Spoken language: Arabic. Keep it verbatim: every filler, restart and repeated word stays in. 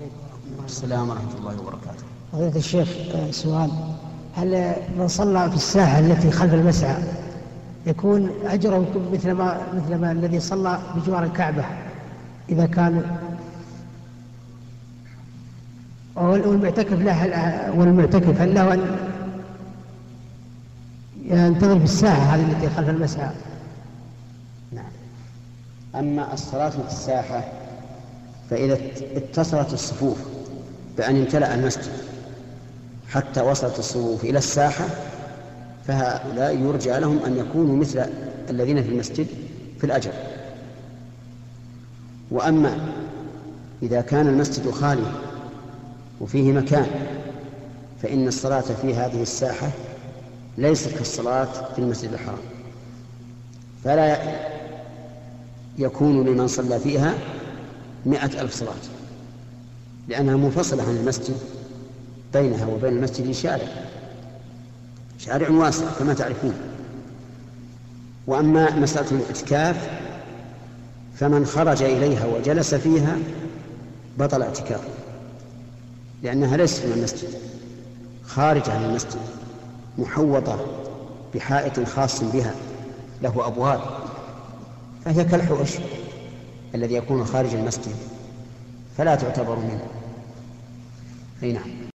السلام ورحمة الله وبركاته. فضيلة الشيخ، سؤال: هل من صلى في الساحة التي خلف المسعى يكون أجره مثل ما مثل ما الذي صلى بجوار الكعبة إذا كان، والمعتكف له والمعتكف هل له أن ينتظر في الساحة هذه التي خلف المسعى؟ نعم. أما الصلاة في الساحة فإذا اتصلت الصفوف بأن امتلأ المسجد حتى وصلت الصفوف إلى الساحة فهؤلاء يرجى لهم أن يكونوا مثل الذين في المسجد في الأجر. وأما إذا كان المسجد خالي وفيه مكان فإن الصلاة في هذه الساحة ليست كالصلاة في المسجد الحرام، فلا يكون لمن صلى فيها مئة ألف صلاة، لأنها منفصلة عن المسجد، بينها وبين المسجد شارع شارع واسع كما تعرفون. وأما مسألة الاعتكاف فمن خرج إليها وجلس فيها بطل اعتكافه، لأنها ليست من المسجد، خارج عن المسجد، محوطة بحائط خاص بها له أبواب، فهي كالحوش الذي يكون خارج المسجد، فلا تعتبر منه. أي نعم.